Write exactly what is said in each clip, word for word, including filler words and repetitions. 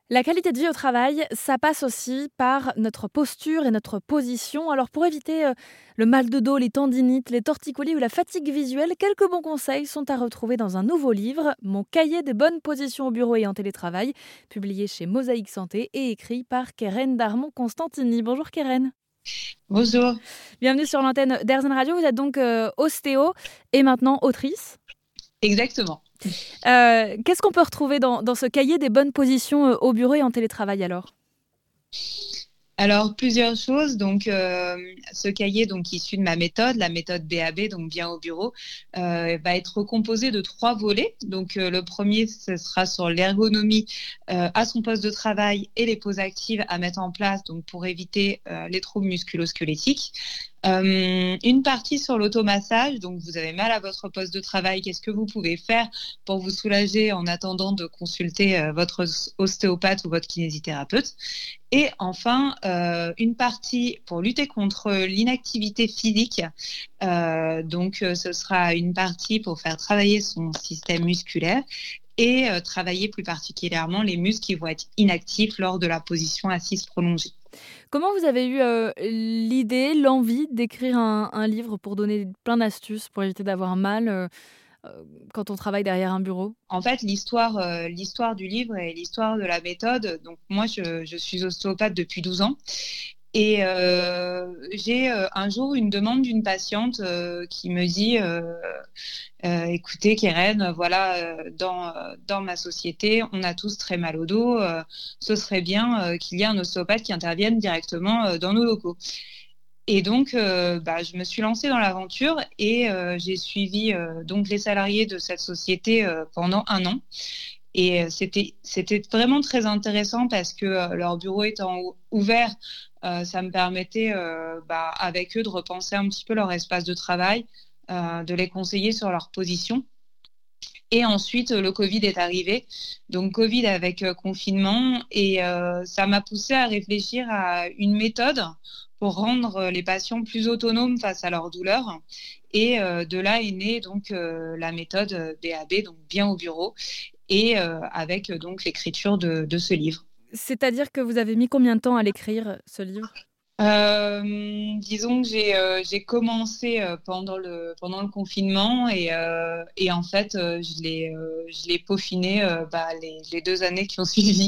La qualité de vie au travail, ça passe aussi par notre posture et notre position. Alors pour éviter euh, le mal de dos, les tendinites, les torticolis ou la fatigue visuelle, quelques bons conseils sont à retrouver dans un nouveau livre, Mon cahier des bonnes positions au bureau et en télétravail, publié chez Mosaïque Santé et écrit par Keren Darmon-Constantini. Bonjour Keren. Bonjour, Bienvenue sur l'antenne d'Airzen Radio. Vous êtes donc euh, ostéo et maintenant autrice. exactement. Euh, Qu'est-ce qu'on peut retrouver dans, dans ce cahier des bonnes positions euh, au bureau et en télétravail alors? Alors, plusieurs choses. Donc, euh, ce cahier, donc issu de ma méthode, la méthode B A B, donc bien au bureau, euh, va être composé de trois volets. Donc, euh, le premier, ce sera sur l'ergonomie euh, à son poste de travail et les pauses actives à mettre en place, donc pour éviter euh, les troubles musculo-squelettiques. Euh, une partie sur l'automassage, donc vous avez mal à votre poste de travail, qu'est-ce que vous pouvez faire pour vous soulager en attendant de consulter euh, votre ostéopathe ou votre kinésithérapeute. Et enfin, euh, une partie pour lutter contre l'inactivité physique. Euh, donc, euh, ce sera une partie pour faire travailler son système musculaire et euh, travailler plus particulièrement les muscles qui vont être inactifs lors de la position assise prolongée. Comment vous avez eu euh, l'idée, l'envie d'écrire un, un livre pour donner plein d'astuces pour éviter d'avoir mal euh, euh, quand on travaille derrière un bureau? En fait, l'histoire, euh, l'histoire du livre et l'histoire de la méthode. Donc, moi, je, je suis ostéopathe depuis douze ans. Et euh, j'ai euh, un jour une demande d'une patiente euh, qui me dit euh, euh, écoutez, Keren, voilà, euh, dans, euh, dans ma société, on a tous très mal au dos. Euh, ce serait bien euh, qu'il y ait un ostéopathe qui intervienne directement euh, dans nos locaux. Et donc, euh, bah, je me suis lancée dans l'aventure et euh, j'ai suivi euh, donc les salariés de cette société euh, pendant un an. Et euh, c'était, c'était vraiment très intéressant parce que euh, leur bureau étant ou- ouvert, euh, ça me permettait, euh, bah, avec eux, de repenser un petit peu leur espace de travail, euh, de les conseiller sur leur position. Et ensuite, le Covid est arrivé. Donc, Covid avec euh, confinement. Et euh, ça m'a poussé à réfléchir à une méthode pour rendre les patients plus autonomes face à leurs douleurs. Et euh, de là est née donc euh, la méthode B A B, donc bien au bureau, et euh, avec euh, donc l'écriture de, de ce livre. C'est-à-dire que vous avez mis combien de temps à l'écrire, ce livre? Euh, disons que j'ai euh, j'ai commencé euh, pendant le pendant le confinement et euh, et en fait euh, je l'ai euh, je l'ai peaufiné euh, bah, les, les deux années qui ont suivi.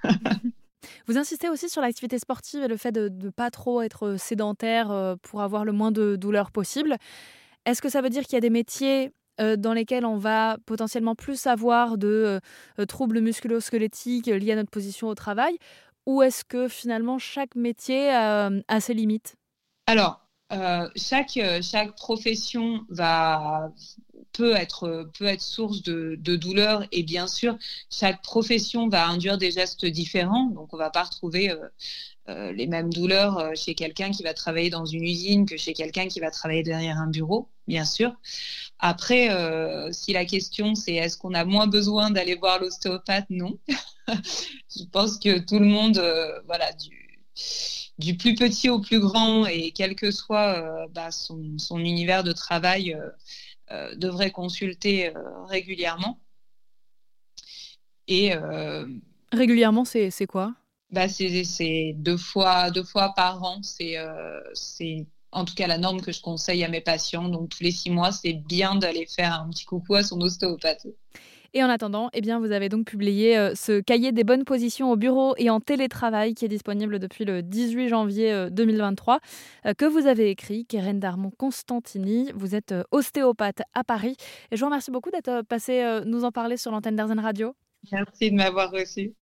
Vous insistez aussi sur l'activité sportive et le fait de ne pas trop être sédentaire euh, pour avoir le moins de douleurs possible. Est-ce que ça veut dire qu'il y a des métiers euh, dans lesquels on va potentiellement plus avoir de euh, troubles musculo-squelettiques liés à notre position au travail? Ou est-ce que finalement chaque métier euh, a ses limites? Alors euh, chaque euh, chaque profession va peut être peut être source de, de douleur et bien sûr chaque profession va induire des gestes différents, donc on va pas retrouver euh, euh, les mêmes douleurs euh, chez quelqu'un qui va travailler dans une usine que chez quelqu'un qui va travailler derrière un bureau, bien sûr. Après, euh, si la question c'est est-ce qu'on a moins besoin d'aller voir l'ostéopathe, non. Je pense que tout le monde, euh, voilà, du, du plus petit au plus grand et quel que soit euh, bah, son, son univers de travail, euh, euh, devrait consulter euh, régulièrement. Et euh, Régulièrement, c'est c'est quoi? bah, c'est, c'est deux fois, deux fois par an. C'est, euh, c'est en tout cas la norme que je conseille à mes patients. Donc tous les six mois, c'est bien d'aller faire un petit coucou à son ostéopathe. Et en attendant, eh bien, vous avez donc publié euh, ce cahier des bonnes positions au bureau et en télétravail qui est disponible depuis le dix-huit janvier euh, deux mille vingt-trois, euh, que vous avez écrit, Keren Darmon-Constantini. Vous êtes euh, ostéopathe à Paris. Et je vous remercie beaucoup d'être euh, passé euh, nous en parler sur l'antenne d'Airzen Radio. Merci de m'avoir reçu.